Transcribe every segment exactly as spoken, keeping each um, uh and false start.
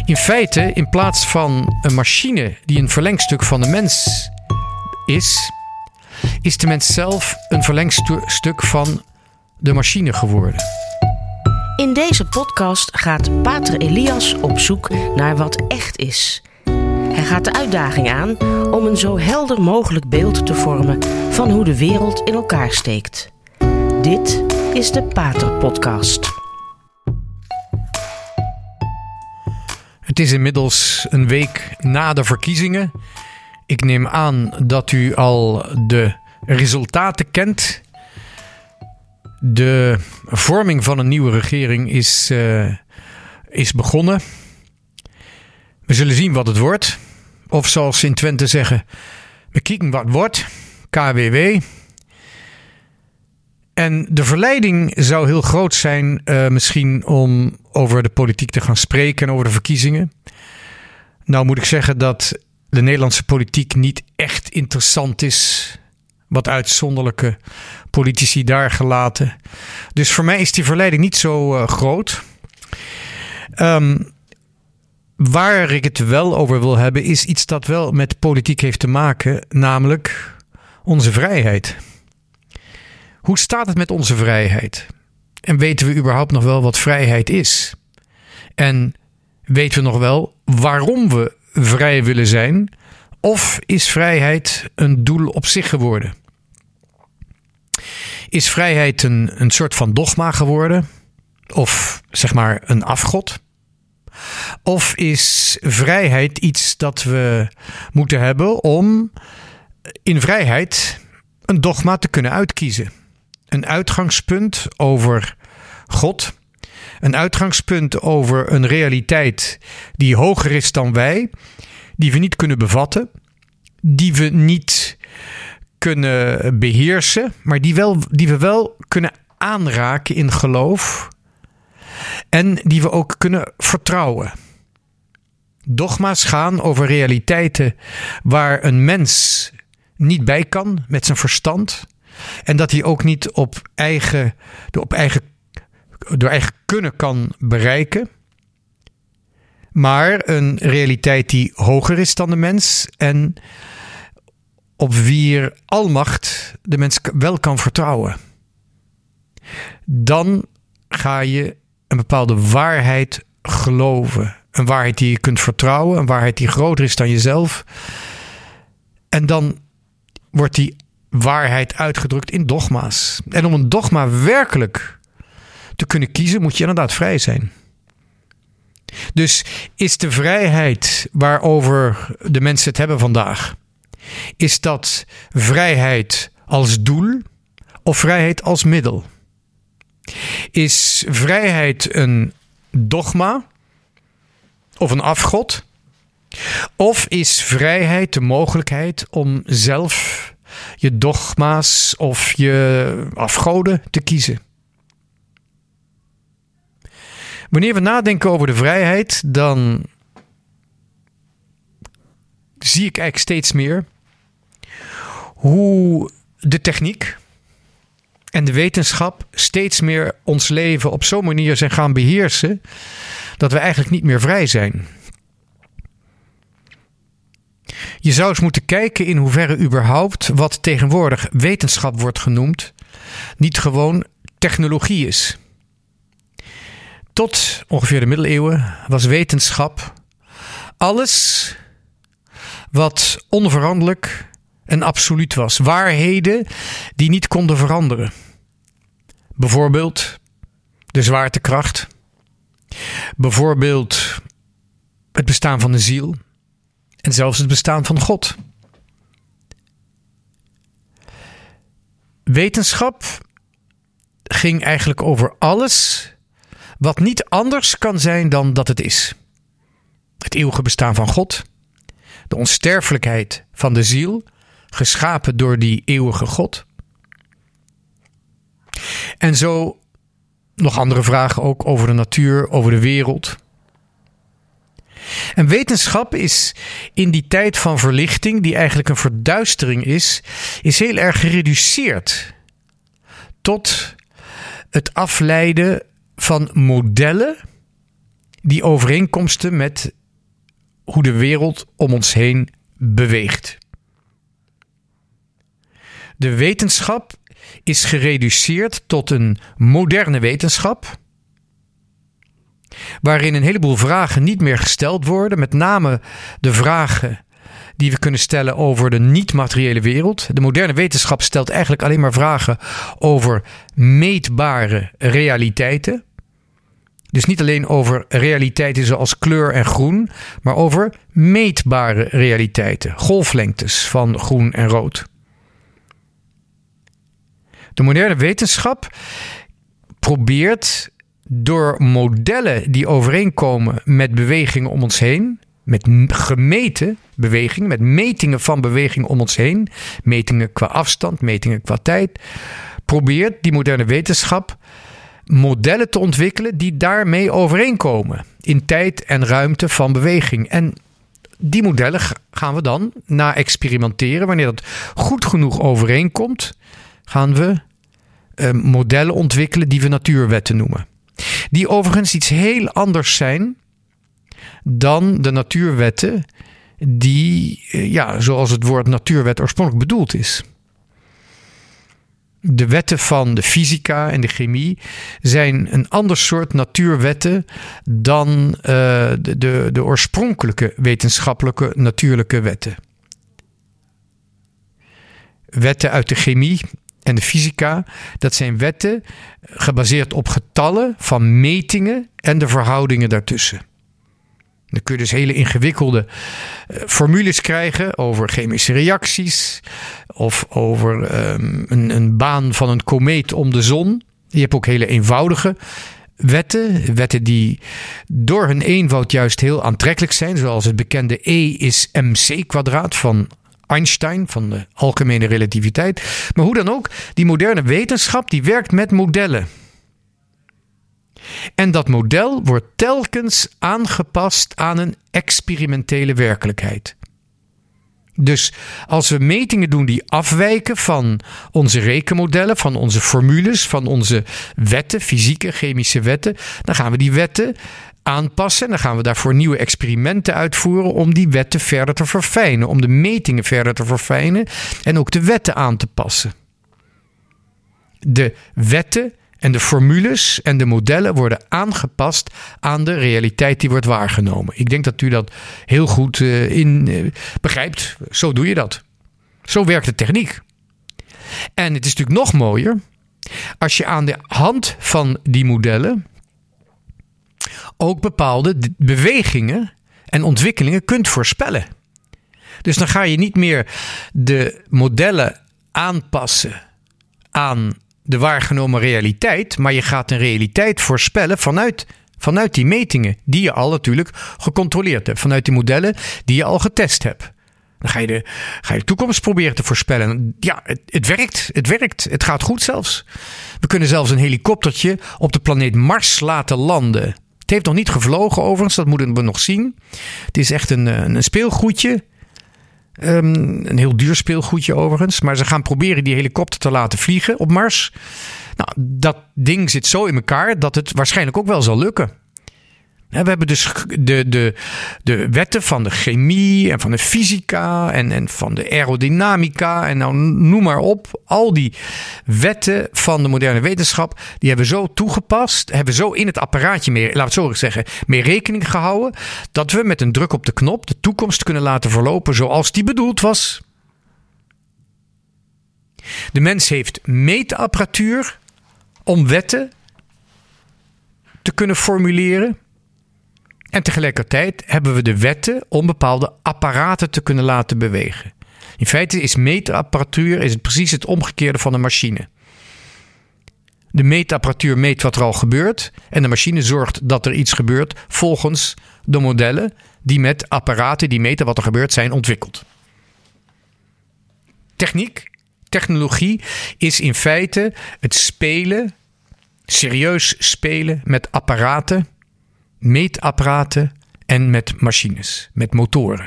In feite, in plaats van een machine die een verlengstuk van de mens is, is de mens zelf een verlengstuk van de machine geworden. In deze podcast gaat Pater Elias op zoek naar wat echt is. Hij gaat de uitdaging aan om een zo helder mogelijk beeld te vormen van hoe de wereld in elkaar steekt. Dit is de Pater Podcast. Het is inmiddels een week na de verkiezingen. Ik neem aan dat u al de resultaten kent. De vorming van een nieuwe regering is, uh, is begonnen. We zullen zien wat het wordt. Of zoals ze in Twente zeggen, we kijken wat het wordt. K W W. En de verleiding zou heel groot zijn uh, misschien om over de politiek te gaan spreken en over de verkiezingen. Nou moet ik zeggen dat de Nederlandse politiek niet echt interessant is. Wat uitzonderlijke politici daar gelaten. Dus voor mij is die verleiding niet zo uh, groot. Um, waar ik het wel over wil hebben is iets dat wel met politiek heeft te maken. Namelijk onze vrijheid. Hoe staat het met onze vrijheid? En weten we überhaupt nog wel wat vrijheid is? En weten we nog wel waarom we vrij willen zijn? Of is vrijheid een doel op zich geworden? Is vrijheid een, een soort van dogma geworden? Of zeg maar een afgod? Of is vrijheid iets dat we moeten hebben om in vrijheid een dogma te kunnen uitkiezen? Een uitgangspunt over God. Een uitgangspunt over een realiteit die hoger is dan wij. Die we niet kunnen bevatten. Die we niet kunnen beheersen. Maar die, wel, die we wel kunnen aanraken in geloof. En die we ook kunnen vertrouwen. Dogma's gaan over realiteiten waar een mens niet bij kan met zijn verstand. En dat hij ook niet op eigen, op eigen, door eigen kunnen kan bereiken. Maar een realiteit die hoger is dan de mens. En op wier almacht de mens wel kan vertrouwen. Dan ga je een bepaalde waarheid geloven. Een waarheid die je kunt vertrouwen. Een waarheid die groter is dan jezelf. En dan wordt die waarheid uitgedrukt in dogma's. En om een dogma werkelijk te kunnen kiezen, moet je inderdaad vrij zijn. Dus is de vrijheid waarover de mensen het hebben vandaag, is dat vrijheid als doel of vrijheid als middel? Is vrijheid een dogma of een afgod? Of is vrijheid de mogelijkheid om zelf je dogma's of je afgoden te kiezen? Wanneer we nadenken over de vrijheid, dan zie ik eigenlijk steeds meer hoe de techniek en de wetenschap steeds meer ons leven op zo'n manier zijn gaan beheersen dat we eigenlijk niet meer vrij zijn. Je zou eens moeten kijken in hoeverre überhaupt wat tegenwoordig wetenschap wordt genoemd niet gewoon technologie is. Tot ongeveer de middeleeuwen was wetenschap alles wat onveranderlijk en absoluut was. Waarheden die niet konden veranderen. Bijvoorbeeld de zwaartekracht. Bijvoorbeeld het bestaan van de ziel. En zelfs het bestaan van God. Wetenschap ging eigenlijk over alles wat niet anders kan zijn dan dat het is. Het eeuwige bestaan van God. De onsterfelijkheid van de ziel, geschapen door die eeuwige God. En zo nog andere vragen ook over de natuur, over de wereld. En wetenschap is in die tijd van verlichting, die eigenlijk een verduistering is, is heel erg gereduceerd tot het afleiden van modellen die overeenkomsten met hoe de wereld om ons heen beweegt. De wetenschap is gereduceerd tot een moderne wetenschap, waarin een heleboel vragen niet meer gesteld worden, met name de vragen die we kunnen stellen over de niet-materiële wereld. De moderne wetenschap stelt eigenlijk alleen maar vragen over meetbare realiteiten. Dus niet alleen over realiteiten zoals kleur en groen, maar over meetbare realiteiten, golflengtes van groen en rood. De moderne wetenschap probeert door modellen die overeenkomen met bewegingen om ons heen, met gemeten bewegingen, met metingen van beweging om ons heen, metingen qua afstand, metingen qua tijd, probeert die moderne wetenschap modellen te ontwikkelen die daarmee overeenkomen in tijd en ruimte van beweging. En die modellen gaan we dan na experimenteren. Wanneer dat goed genoeg overeenkomt, gaan we uh, modellen ontwikkelen die we natuurwetten noemen. Die overigens iets heel anders zijn dan de natuurwetten die, uh, ja, zoals het woord natuurwet oorspronkelijk bedoeld is. De wetten van de fysica en de chemie zijn een ander soort natuurwetten dan uh, de, de, de oorspronkelijke wetenschappelijke natuurlijke wetten. Wetten uit de chemie en de fysica, dat zijn wetten gebaseerd op getallen van metingen en de verhoudingen daartussen. Dan kun je dus hele ingewikkelde uh, formules krijgen over chemische reacties of over um, een, een baan van een komeet om de zon. Je hebt ook hele eenvoudige wetten, wetten die door hun eenvoud juist heel aantrekkelijk zijn, zoals het bekende E is mc kwadraat van Einstein, van de algemene relativiteit. Maar hoe dan ook, die moderne wetenschap die werkt met modellen. En dat model wordt telkens aangepast aan een experimentele werkelijkheid. Dus als we metingen doen die afwijken van onze rekenmodellen, van onze formules, van onze wetten, fysieke, chemische wetten, dan gaan we die wetten aanpassen en dan gaan we daarvoor nieuwe experimenten uitvoeren om die wetten verder te verfijnen, om de metingen verder te verfijnen en ook de wetten aan te passen. De wetten en de formules en de modellen worden aangepast aan de realiteit die wordt waargenomen. Ik denk dat u dat heel goed uh, in, uh, begrijpt. Zo doe je dat. Zo werkt de techniek. En het is natuurlijk nog mooier als je aan de hand van die modellen ook bepaalde bewegingen en ontwikkelingen kunt voorspellen. Dus dan ga je niet meer de modellen aanpassen aan de waargenomen realiteit, maar je gaat een realiteit voorspellen vanuit, vanuit die metingen die je al natuurlijk gecontroleerd hebt, vanuit die modellen die je al getest hebt. Dan ga je de, ga je de toekomst proberen te voorspellen. Ja, het, het werkt, het werkt, het gaat goed zelfs. We kunnen zelfs een helikoptertje op de planeet Mars laten landen. Het heeft nog niet gevlogen overigens, dat moeten we nog zien. Het is echt een, een speelgoedje. Um, een heel duur speelgoedje overigens. Maar ze gaan proberen die helikopter te laten vliegen op Mars. Nou, dat ding zit zo in elkaar dat het waarschijnlijk ook wel zal lukken. We hebben dus de, de, de wetten van de chemie en van de fysica en, en van de aerodynamica en nou noem maar op. Al die wetten van de moderne wetenschap, die hebben zo toegepast, hebben zo in het apparaatje mee, laat het zo zeggen, mee rekening gehouden, dat we met een druk op de knop de toekomst kunnen laten verlopen zoals die bedoeld was. De mens heeft meetapparatuur om wetten te kunnen formuleren. En tegelijkertijd hebben we de wetten om bepaalde apparaten te kunnen laten bewegen. In feite is meetapparatuur is het precies het omgekeerde van een machine. De meetapparatuur meet wat er al gebeurt en de machine zorgt dat er iets gebeurt volgens de modellen die met apparaten die meten wat er gebeurt zijn ontwikkeld. Techniek, technologie is in feite het spelen, serieus spelen met apparaten, meetapparaten en met machines, met motoren.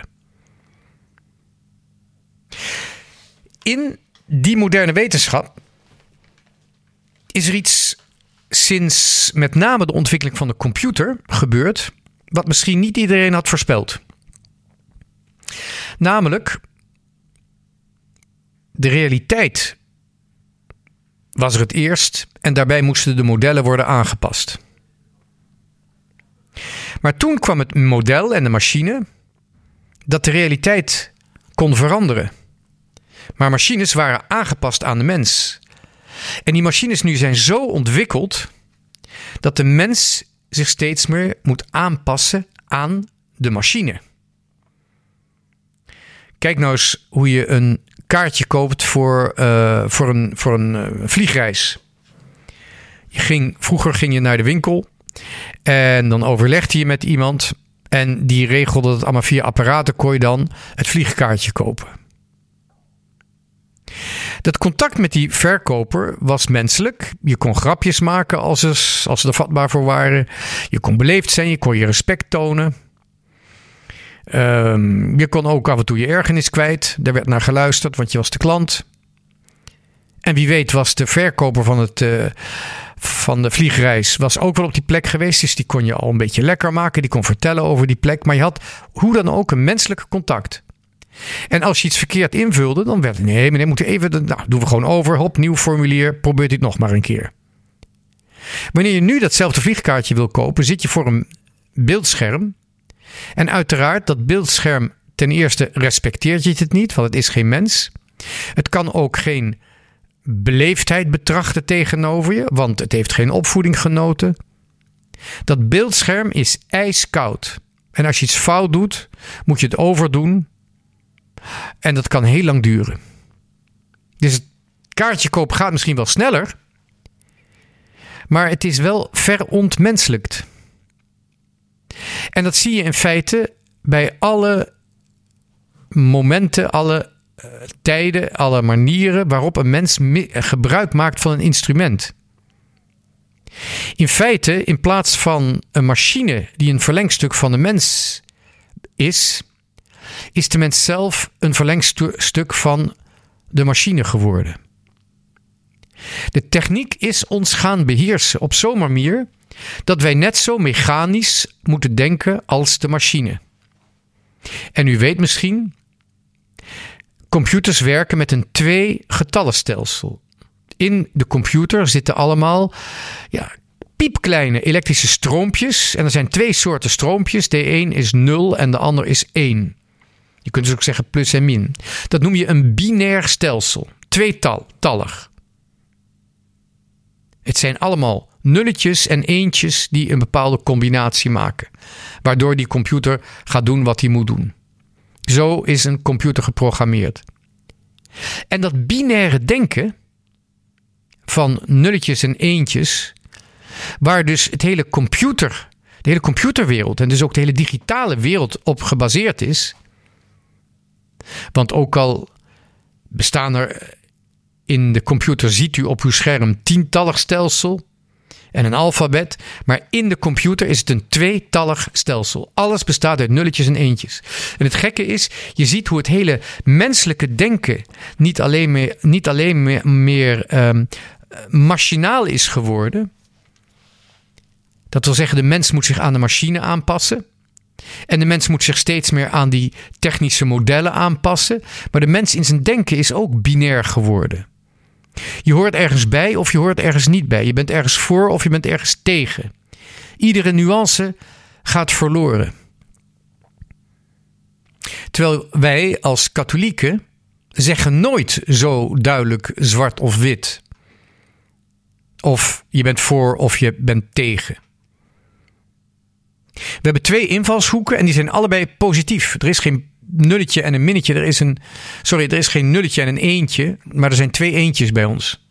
In die moderne wetenschap is er iets sinds met name de ontwikkeling van de computer gebeurd wat misschien niet iedereen had voorspeld. Namelijk, de realiteit was er het eerst en daarbij moesten de modellen worden aangepast. Maar toen kwam het model en de machine dat de realiteit kon veranderen. Maar machines waren aangepast aan de mens. En die machines nu zijn zo ontwikkeld dat de mens zich steeds meer moet aanpassen aan de machine. Kijk nou eens hoe je een kaartje koopt voor, uh, voor een, voor een uh, vliegreis. Je ging, vroeger ging je naar de winkel en dan overlegde je met iemand en die regelde het allemaal via apparaten, kon je dan het vliegkaartje kopen. Dat contact met die verkoper was menselijk. Je kon grapjes maken als ze, als ze er vatbaar voor waren. Je kon beleefd zijn, je kon je respect tonen. Um, je kon ook af en toe je ergernis kwijt. Daar werd naar geluisterd, want je was de klant. En wie weet was de verkoper van, het, uh, van de vliegreis was ook wel op die plek geweest. Dus die kon je al een beetje lekker maken. Die kon vertellen over die plek. Maar je had hoe dan ook een menselijk contact. En als je iets verkeerd invulde, dan werd het nee, meneer, moet u even, nou, doen we gewoon over. Hop, nieuw formulier, probeert dit nog maar een keer. Wanneer je nu datzelfde vliegkaartje wil kopen, zit je voor een beeldscherm. En uiteraard, dat beeldscherm, ten eerste respecteert je het niet, want het is geen mens. Het kan ook geen beleefdheid betrachten tegenover je, want het heeft geen opvoeding genoten. Dat beeldscherm is ijskoud. En als je iets fout doet, moet je het overdoen. En dat kan heel lang duren. Dus het kaartje kopen gaat misschien wel sneller. Maar het is wel verontmenselijkt. En dat zie je in feite bij alle momenten, alle uh, tijden, alle manieren waarop een mens mi- gebruik maakt van een instrument. In feite, in plaats van een machine die een verlengstuk van de mens is, is de mens zelf een verlengstuk van de machine geworden. De techniek is ons gaan beheersen op zo'n manier dat wij net zo mechanisch moeten denken als de machine. En u weet misschien, computers werken met een twee-getallenstelsel. In de computer zitten allemaal ja, piepkleine elektrische stroompjes. En er zijn twee soorten stroompjes. De een is nul en de ander is één. Je kunt dus ook zeggen plus en min. Dat noem je een binair stelsel. Tweetallig. Het zijn allemaal nulletjes en eentjes die een bepaalde combinatie maken. Waardoor die computer gaat doen wat hij moet doen. Zo is een computer geprogrammeerd. En dat binaire denken van nulletjes en eentjes, waar dus het hele computer, de hele computerwereld en dus ook de hele digitale wereld op gebaseerd is. Want ook al bestaan er in de computer, ziet u op uw scherm tientallig stelsel en een alfabet, maar in de computer is het een tweetallig stelsel. Alles bestaat uit nulletjes en eentjes. En het gekke is, je ziet hoe het hele menselijke denken niet alleen meer, niet alleen meer, meer um, machinaal is geworden. Dat wil zeggen, de mens moet zich aan de machine aanpassen. En de mens moet zich steeds meer aan die technische modellen aanpassen. Maar de mens in zijn denken is ook binair geworden. Je hoort ergens bij of je hoort ergens niet bij. Je bent ergens voor of je bent ergens tegen. Iedere nuance gaat verloren. Terwijl wij als katholieken zeggen nooit zo duidelijk zwart of wit. Of je bent voor of je bent tegen. We hebben twee invalshoeken en die zijn allebei positief. Er is geen nulletje en een minnetje. Er is een, sorry, er is geen nulletje en een eentje, maar er zijn twee eentjes bij ons.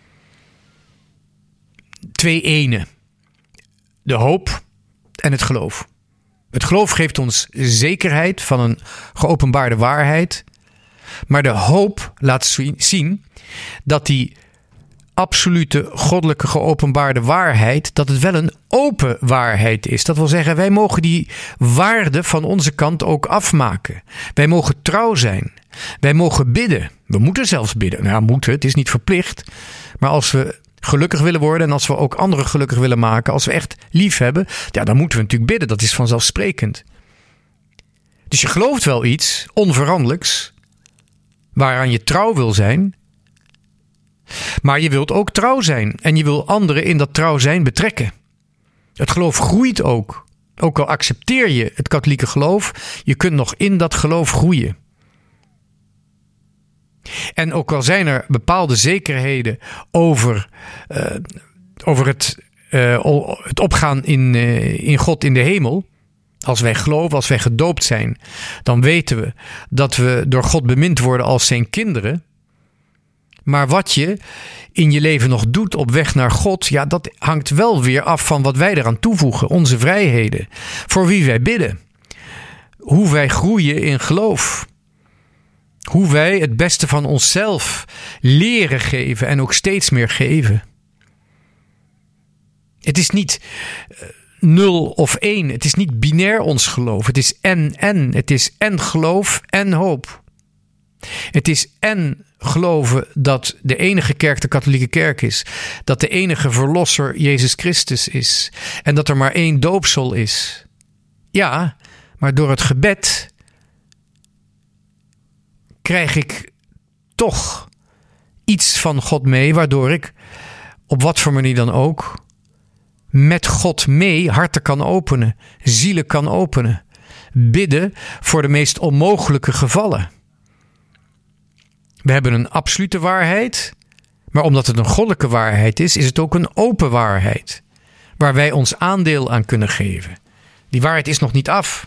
Twee enen. De hoop en het geloof. Het geloof geeft ons zekerheid van een geopenbaarde waarheid. Maar de hoop laat zien dat die absolute goddelijke geopenbaarde waarheid, dat het wel een open waarheid is. Dat wil zeggen, wij mogen die waarde van onze kant ook afmaken. Wij mogen trouw zijn. Wij mogen bidden. We moeten zelfs bidden. Nou, moeten, het is niet verplicht. Maar als we gelukkig willen worden en als we ook anderen gelukkig willen maken, als we echt lief hebben, ja, dan moeten we natuurlijk bidden. Dat is vanzelfsprekend. Dus je gelooft wel iets onveranderlijks, waaraan je trouw wil zijn. Maar je wilt ook trouw zijn. En je wil anderen in dat trouw zijn betrekken. Het geloof groeit ook. Ook al accepteer je het katholieke geloof, je kunt nog in dat geloof groeien. En ook al zijn er bepaalde zekerheden over, uh, over het, uh, het opgaan in, uh, in God in de hemel. Als wij geloven, als wij gedoopt zijn, dan weten we dat we door God bemind worden als zijn kinderen. Maar wat je in je leven nog doet op weg naar God, ja, dat hangt wel weer af van wat wij eraan toevoegen. Onze vrijheden, voor wie wij bidden. Hoe wij groeien in geloof. Hoe wij het beste van onszelf leren geven en ook steeds meer geven. Het is niet nul of één. Het is niet binair ons geloof. Het is en en. Het is en geloof en hoop. Het is en geloven dat de enige kerk de katholieke kerk is. Dat de enige verlosser Jezus Christus is. En dat er maar één doopsel is. Ja, maar door het gebed krijg ik toch iets van God mee, waardoor ik op wat voor manier dan ook met God mee harten kan openen, zielen kan openen, bidden voor de meest onmogelijke gevallen. We hebben een absolute waarheid, maar omdat het een goddelijke waarheid is, is het ook een open waarheid, waar wij ons aandeel aan kunnen geven. Die waarheid is nog niet af.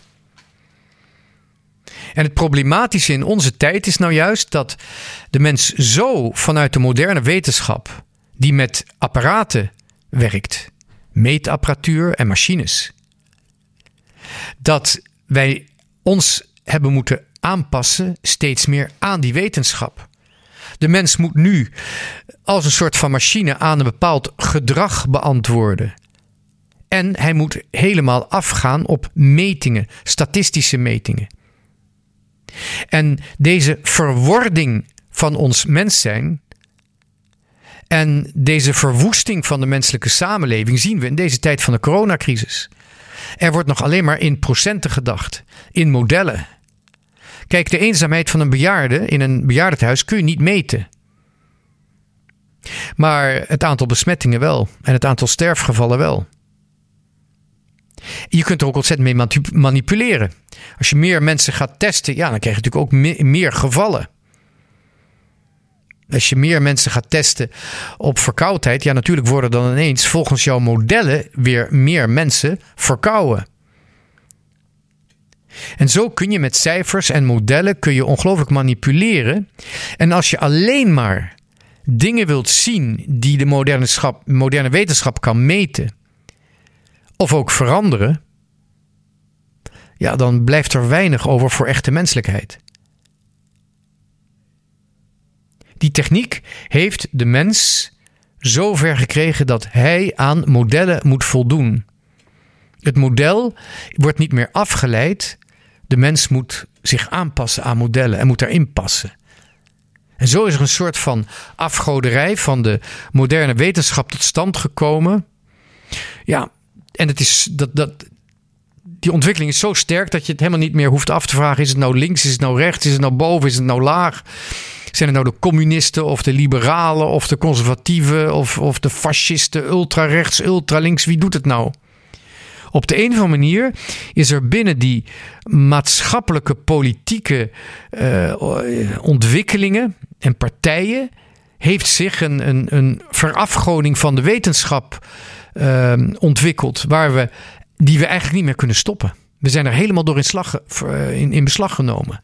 En het problematische in onze tijd is nou juist dat de mens zo vanuit de moderne wetenschap, die met apparaten werkt, meetapparatuur en machines, dat wij ons hebben moeten aanpassen steeds meer aan die wetenschap. De mens moet nu als een soort van machine aan een bepaald gedrag beantwoorden. En hij moet helemaal afgaan op metingen, statistische metingen. En deze verwording van ons mens zijn en deze verwoesting van de menselijke samenleving zien we in deze tijd van de coronacrisis. Er wordt nog alleen maar in procenten gedacht, in modellen. Kijk, de eenzaamheid van een bejaarde in een bejaardentehuis kun je niet meten. Maar het aantal besmettingen wel en het aantal sterfgevallen wel. Je kunt er ook ontzettend mee manipuleren. Als je meer mensen gaat testen, ja, dan krijg je natuurlijk ook me- meer gevallen. Als je meer mensen gaat testen op verkoudheid, ja, natuurlijk worden dan ineens volgens jouw modellen weer meer mensen verkouden. En zo kun je met cijfers en modellen kun je ongelooflijk manipuleren. En als je alleen maar dingen wilt zien die de moderne, schap, moderne wetenschap kan meten, of ook veranderen, ja, dan blijft er weinig over voor echte menselijkheid. Die techniek heeft de mens zo ver gekregen dat hij aan modellen moet voldoen. Het model wordt niet meer afgeleid. De mens moet zich aanpassen aan modellen en moet daarin passen. En zo is er een soort van afgoderij van de moderne wetenschap tot stand gekomen. Ja, en het is dat, dat, die ontwikkeling is zo sterk dat je het helemaal niet meer hoeft af te vragen. Is het nou links, is het nou rechts, is het nou boven, is het nou laag? Zijn het nou de communisten of de liberalen of de conservatieven of, of de fascisten, ultra-rechts, ultra-links? Wie doet het nou? Op de een of andere manier is er binnen die maatschappelijke politieke uh, ontwikkelingen en partijen heeft zich een, een, een verafgoding van de wetenschap uh, ontwikkeld, waar we, die we eigenlijk niet meer kunnen stoppen. We zijn er helemaal door in, slag, uh, in, in beslag genomen.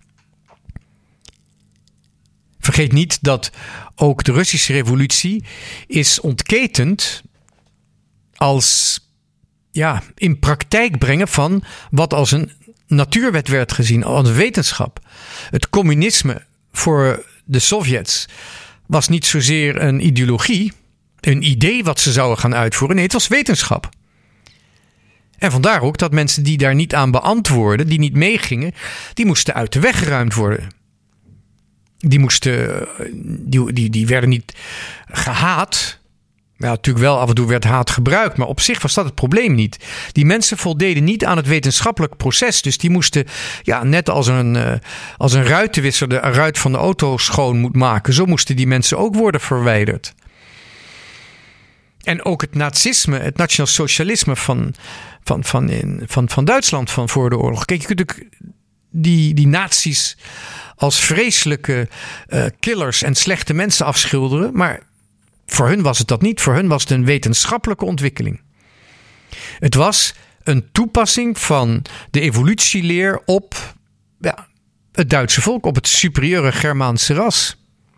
Vergeet niet dat ook de Russische revolutie is ontketend als ja, in praktijk brengen van wat als een natuurwet werd gezien, als een wetenschap. Het communisme voor de Sovjets was niet zozeer een ideologie, een idee wat ze zouden gaan uitvoeren. Nee, het was wetenschap. En vandaar ook dat mensen die daar niet aan beantwoorden, die niet meegingen, die moesten uit de weg geruimd worden. Die, moesten, die, die, die werden niet gehaat, Ja, natuurlijk wel af en toe werd haat gebruikt, maar op zich was dat het probleem niet. Die mensen voldeden niet aan het wetenschappelijk proces. Dus die moesten, ja, net als een, uh, als een ruitenwisser de ruit van de auto schoon moet maken, zo moesten die mensen ook worden verwijderd. En ook het nazisme, het nationaal socialisme van, van, van, in, van, van Duitsland van voor de oorlog. Kijk, je kunt ook die, die nazi's als vreselijke uh, killers en slechte mensen afschilderen, maar voor hun was het dat niet. Voor hun was het een wetenschappelijke ontwikkeling. Het was een toepassing van de evolutieleer op ja, het Duitse volk, op het superieure Germaanse ras.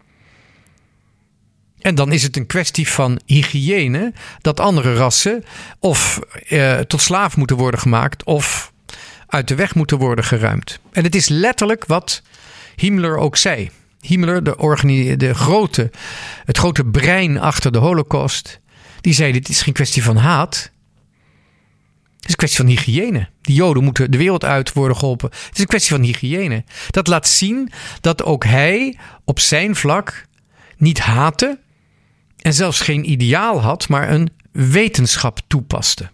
En dan is het een kwestie van hygiëne dat andere rassen of eh, tot slaaf moeten worden gemaakt of uit de weg moeten worden geruimd. En het is letterlijk wat Himmler ook zei. Himmler, de, organi- de grote, het grote brein achter de Holocaust, die zei: dit is geen kwestie van haat. Het is een kwestie van hygiëne. Die Joden moeten de wereld uit worden geholpen. Het is een kwestie van hygiëne. Dat laat zien dat ook hij op zijn vlak niet haatte en zelfs geen ideaal had, maar een wetenschap toepaste.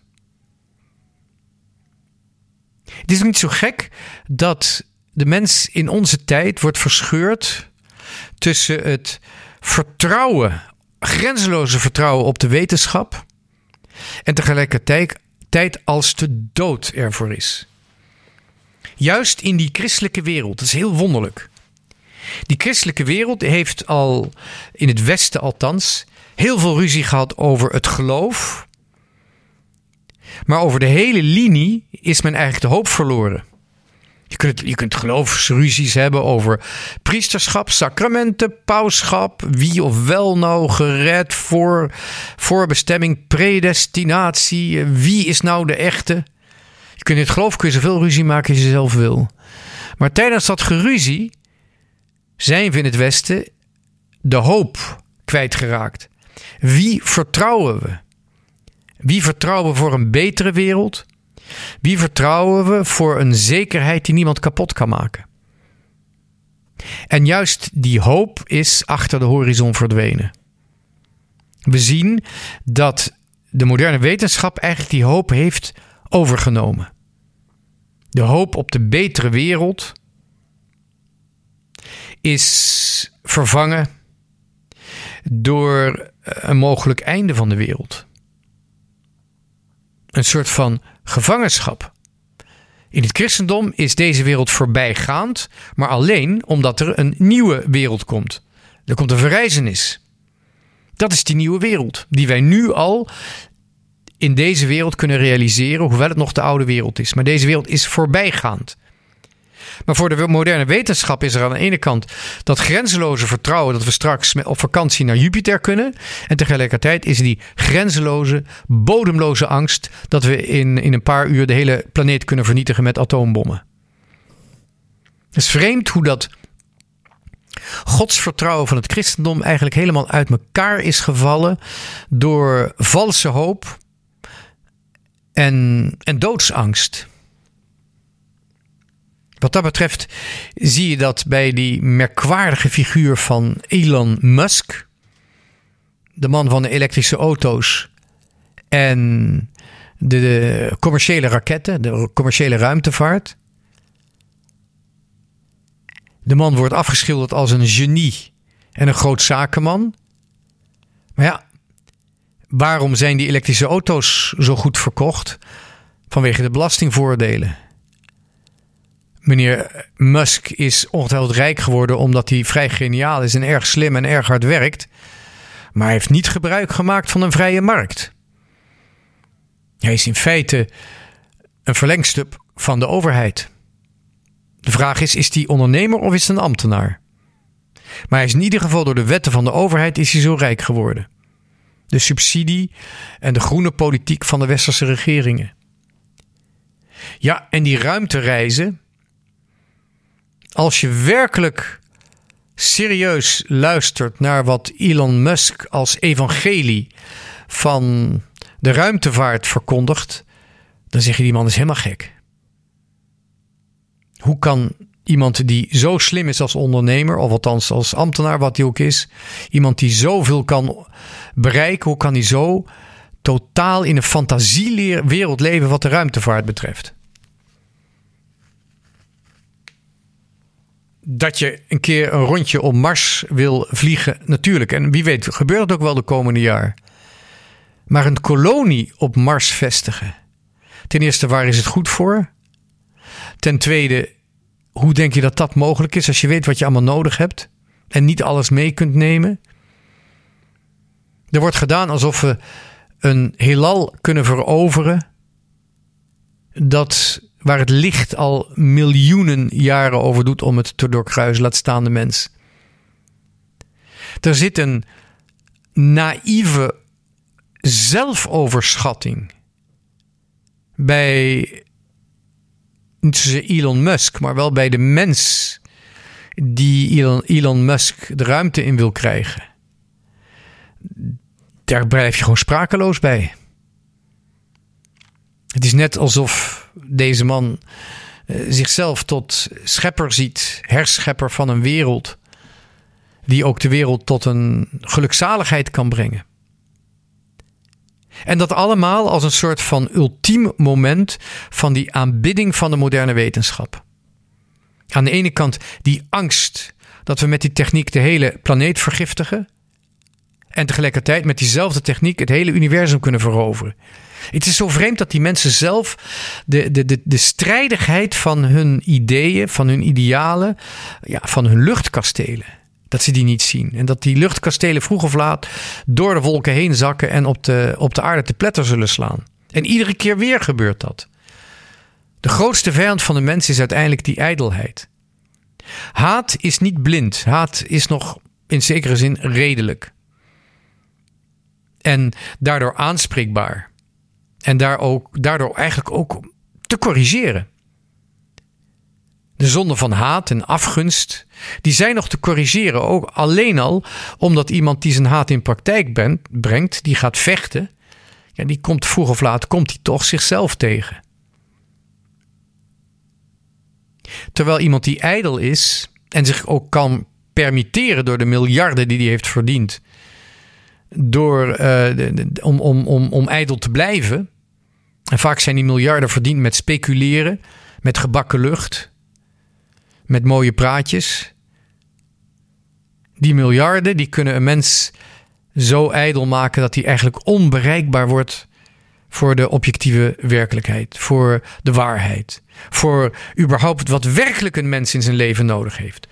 Het is niet zo gek dat de mens in onze tijd wordt verscheurd tussen het vertrouwen, grenzeloze vertrouwen op de wetenschap en tegelijkertijd als de dood ervoor is. Juist in die christelijke wereld, dat is heel wonderlijk. Die christelijke wereld heeft al, in het Westen althans, heel veel ruzie gehad over het geloof. Maar over de hele linie is men eigenlijk de hoop verloren. Je kunt, je kunt geloofsruzies hebben over priesterschap, sacramenten, pauschap, wie of wel nou gered, voor, voorbestemming, predestinatie, wie is nou de echte. Je kunt in het geloof kun je zoveel ruzie maken als je zelf wil. Maar tijdens dat geruzie zijn we in het Westen de hoop kwijtgeraakt. Wie vertrouwen we? Wie vertrouwen we voor een betere wereld? Wie vertrouwen we voor een zekerheid die niemand kapot kan maken? En juist die hoop is achter de horizon verdwenen. We zien dat de moderne wetenschap eigenlijk die hoop heeft overgenomen. De hoop op de betere wereld is vervangen door een mogelijk einde van de wereld. Een soort van gevangenschap. In het christendom is deze wereld voorbijgaand, maar alleen omdat er een nieuwe wereld komt. Er komt een verrijzenis. Dat is die nieuwe wereld, die wij nu al in deze wereld kunnen realiseren, hoewel het nog de oude wereld is. Maar deze wereld is voorbijgaand. Maar voor de moderne wetenschap is er aan de ene kant dat grenzeloze vertrouwen dat we straks op vakantie naar Jupiter kunnen. En tegelijkertijd is die grenzeloze, bodemloze angst dat we in, in een paar uur de hele planeet kunnen vernietigen met atoombommen. Het is vreemd hoe dat godsvertrouwen van het christendom eigenlijk helemaal uit elkaar is gevallen door valse hoop en, en doodsangst. Wat dat betreft zie je dat bij die merkwaardige figuur van Elon Musk, de man van de elektrische auto's en de, de commerciële raketten, de commerciële ruimtevaart. De man wordt afgeschilderd als een genie en een groot zakenman. Maar ja, waarom zijn die elektrische auto's zo goed verkocht? Vanwege de belastingvoordelen. Meneer Musk is ongetwijfeld rijk geworden omdat hij vrij geniaal is en erg slim en erg hard werkt. Maar hij heeft niet gebruik gemaakt van een vrije markt. Hij is in feite een verlengstuk van de overheid. De vraag is, is hij ondernemer of is hij een ambtenaar? Maar hij is in ieder geval door de wetten van de overheid is hij zo rijk geworden. De subsidie en de groene politiek van de westerse regeringen. Ja, en die ruimtereizen. Als je werkelijk serieus luistert naar wat Elon Musk als evangelie van de ruimtevaart verkondigt, dan zeg je die man is helemaal gek. Hoe kan iemand die zo slim is als ondernemer, of althans als ambtenaar, wat hij ook is. Iemand die zoveel kan bereiken, hoe kan hij zo totaal in een fantasiewereld leven wat de ruimtevaart betreft? Dat je een keer een rondje om Mars wil vliegen, natuurlijk. En wie weet, gebeurt het ook wel de komende jaar. Maar een kolonie op Mars vestigen. Ten eerste, waar is het goed voor? Ten tweede, hoe denk je dat dat mogelijk is als je weet wat je allemaal nodig hebt en niet alles mee kunt nemen? Er wordt gedaan alsof we een heelal kunnen veroveren dat waar het licht al miljoenen jaren over doet om het te doorkruisen, laat staan de mens. Er zit een naïeve zelfoverschatting bij, niet zozeer Elon Musk, maar wel bij de mens die Elon, Elon Musk de ruimte in wil krijgen. Daar blijf je gewoon sprakeloos bij. Het is net alsof deze man uh, zichzelf tot schepper ziet, herschepper van een wereld, die ook de wereld tot een gelukzaligheid kan brengen. En dat allemaal als een soort van ultiem moment van die aanbidding van de moderne wetenschap. Aan de ene kant die angst dat we met die techniek de hele planeet vergiftigen, en tegelijkertijd met diezelfde techniek het hele universum kunnen veroveren. Het is zo vreemd dat die mensen zelf de, de, de, de strijdigheid van hun ideeën, van hun idealen, ja, van hun luchtkastelen, dat ze die niet zien. En dat die luchtkastelen vroeg of laat door de wolken heen zakken en op de, op de aarde te pletter zullen slaan. En iedere keer weer gebeurt dat. De grootste vijand van de mens is uiteindelijk die ijdelheid. Haat is niet blind. Haat is nog in zekere zin redelijk. En daardoor aanspreekbaar. En daar ook, daardoor eigenlijk ook te corrigeren. De zonden van haat en afgunst, die zijn nog te corrigeren. Ook alleen al omdat iemand die zijn haat in praktijk bent, brengt, die gaat vechten. Ja, die komt vroeg of laat, komt die toch zichzelf tegen. Terwijl iemand die ijdel is en zich ook kan permitteren door de miljarden die hij heeft verdiend, door, uh, de, de, om, om, om, om ijdel te blijven. En vaak zijn die miljarden verdiend met speculeren, met gebakken lucht, met mooie praatjes. Die miljarden die kunnen een mens zo ijdel maken dat hij eigenlijk onbereikbaar wordt voor de objectieve werkelijkheid, voor de waarheid, voor überhaupt wat werkelijk een mens in zijn leven nodig heeft.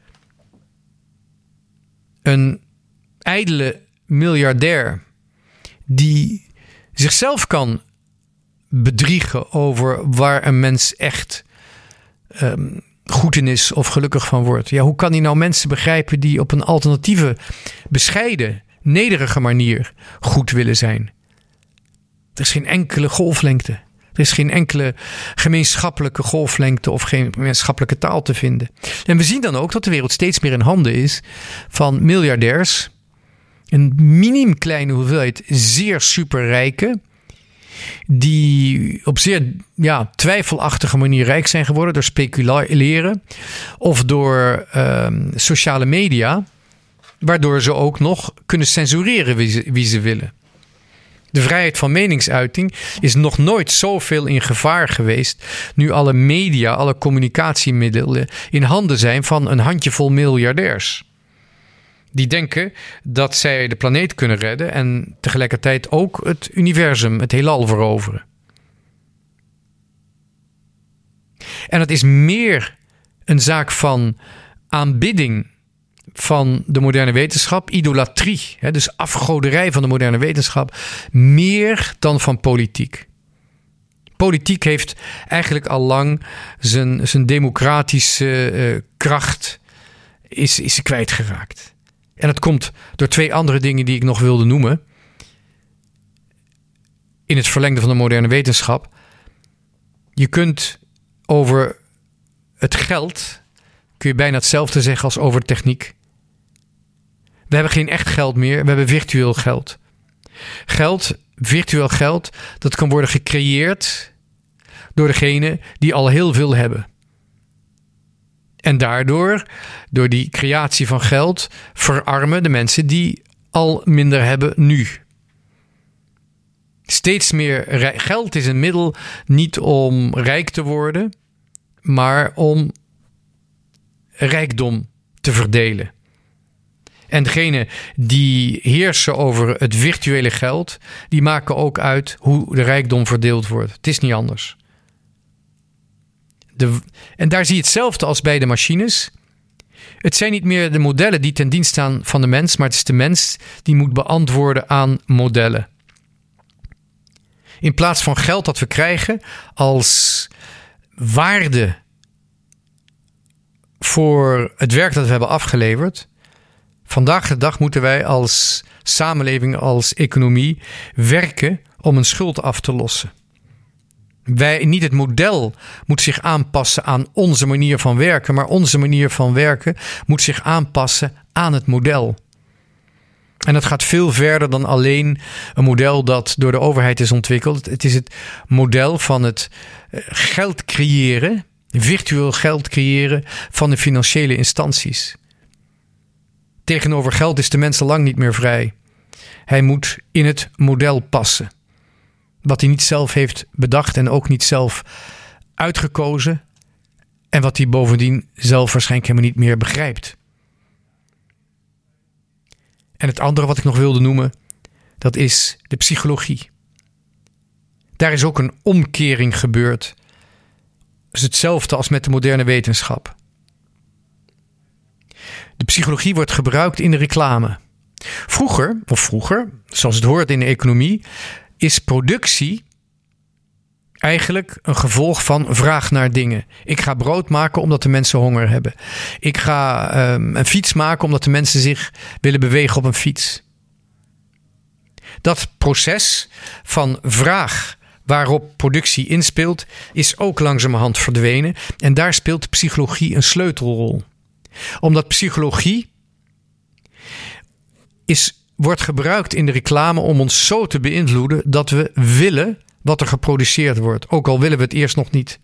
Een ijdele miljardair die zichzelf kan bedriegen over waar een mens echt um, goed in is of gelukkig van wordt. Ja, hoe kan hij nou mensen begrijpen die op een alternatieve, bescheiden, nederige manier goed willen zijn? Er is geen enkele golflengte. Er is geen enkele gemeenschappelijke golflengte of geen gemeenschappelijke taal te vinden. En we zien dan ook dat de wereld steeds meer in handen is van miljardairs. Een miniem kleine hoeveelheid zeer superrijken, die op zeer ja, twijfelachtige manier rijk zijn geworden door speculeren of door uh, sociale media, waardoor ze ook nog kunnen censureren wie ze, wie ze willen. De vrijheid van meningsuiting is nog nooit zoveel in gevaar geweest, nu alle media, alle communicatiemiddelen in handen zijn van een handjevol miljardairs. Die denken dat zij de planeet kunnen redden en tegelijkertijd ook het universum, het heelal veroveren. En het is meer een zaak van aanbidding van de moderne wetenschap, idolatrie, hè, dus afgoderij van de moderne wetenschap, meer dan van politiek. Politiek heeft eigenlijk al lang zijn, zijn democratische uh, kracht is, is kwijtgeraakt. En dat komt door twee andere dingen die ik nog wilde noemen. In het verlengde van de moderne wetenschap. Je kunt over het geld, kun je bijna hetzelfde zeggen als over de techniek. We hebben geen echt geld meer, we hebben virtueel geld. Geld, virtueel geld, dat kan worden gecreëerd door degene die al heel veel hebben. En daardoor, door die creatie van geld, verarmen de mensen die al minder hebben nu. Steeds meer rij- geld is een middel niet om rijk te worden, maar om rijkdom te verdelen. En degenen die heersen over het virtuele geld, die maken ook uit hoe de rijkdom verdeeld wordt. Het is niet anders. De, en daar zie je hetzelfde als bij de machines. Het zijn niet meer de modellen die ten dienste staan van de mens, maar het is de mens die moet beantwoorden aan modellen. In plaats van geld dat we krijgen als waarde voor het werk dat we hebben afgeleverd. Vandaag de dag moeten wij als samenleving, als economie werken om een schuld af te lossen. Wij, niet het model moet zich aanpassen aan onze manier van werken, maar onze manier van werken moet zich aanpassen aan het model. En dat gaat veel verder dan alleen een model dat door de overheid is ontwikkeld. Het is het model van het geld creëren, virtueel geld creëren van de financiële instanties. Tegenover geld is de mens al lang niet meer vrij. Hij moet in het model passen. Wat hij niet zelf heeft bedacht en ook niet zelf uitgekozen. En wat hij bovendien zelf waarschijnlijk helemaal niet meer begrijpt. En het andere wat ik nog wilde noemen, dat is de psychologie. Daar is ook een omkering gebeurd. Het is hetzelfde als met de moderne wetenschap. De psychologie wordt gebruikt in de reclame. Vroeger, of vroeger, zoals het hoort in de economie, is productie eigenlijk een gevolg van vraag naar dingen. Ik ga brood maken omdat de mensen honger hebben. Ik ga um, een fiets maken omdat de mensen zich willen bewegen op een fiets. Dat proces van vraag waarop productie inspeelt, is ook langzamerhand verdwenen. En daar speelt psychologie een sleutelrol. Omdat psychologie is, wordt gebruikt in de reclame om ons zo te beïnvloeden dat we willen wat er geproduceerd wordt. Ook al willen we het eerst nog niet.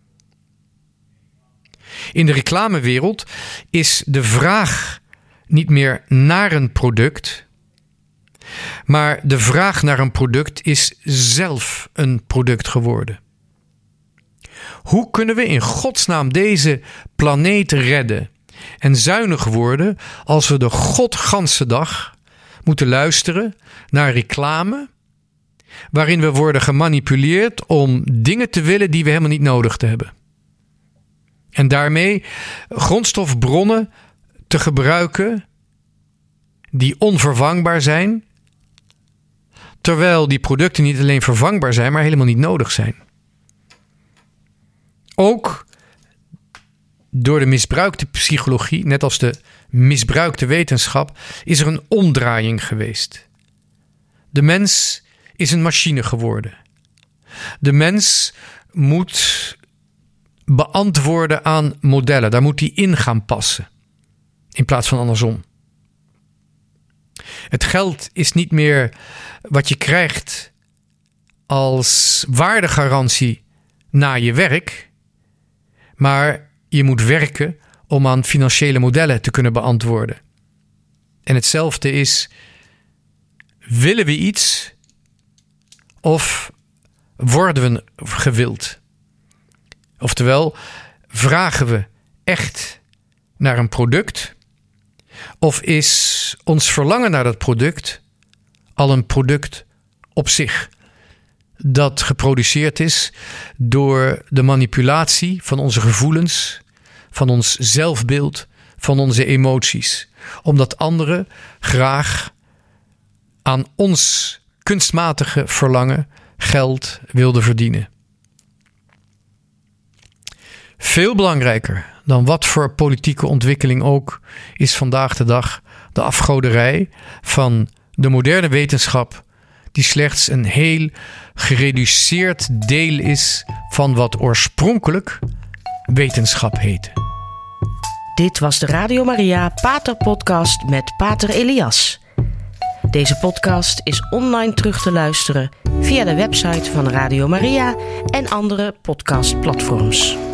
In de reclamewereld is de vraag niet meer naar een product, maar de vraag naar een product is zelf een product geworden. Hoe kunnen we in godsnaam deze planeet redden en zuinig worden als we de godganse dag moeten luisteren naar reclame waarin we worden gemanipuleerd om dingen te willen die we helemaal niet nodig te hebben. En daarmee grondstofbronnen te gebruiken die onvervangbaar zijn, terwijl die producten niet alleen vervangbaar zijn, maar helemaal niet nodig zijn. Ook door de misbruikte psychologie, net als de misbruikte wetenschap, is er een omdraaiing geweest. De mens is een machine geworden. De mens moet beantwoorden aan modellen. Daar moet hij in gaan passen. In plaats van andersom. Het geld is niet meer wat je krijgt als waardegarantie na je werk. Maar je moet werken om aan financiële modellen te kunnen beantwoorden. En hetzelfde is, willen we iets of worden we gewild? Oftewel, vragen we echt naar een product of is ons verlangen naar dat product al een product op zich dat geproduceerd is door de manipulatie van onze gevoelens, van ons zelfbeeld, van onze emoties. Omdat anderen graag aan ons kunstmatige verlangen geld wilden verdienen. Veel belangrijker dan wat voor politieke ontwikkeling ook is vandaag de dag de afgoderij van de moderne wetenschap, die slechts een heel gereduceerd deel is van wat oorspronkelijk wetenschap heette. Dit was de Radio Maria Pater Podcast met Pater Elias. Deze podcast is online terug te luisteren via de website van Radio Maria en andere podcastplatforms.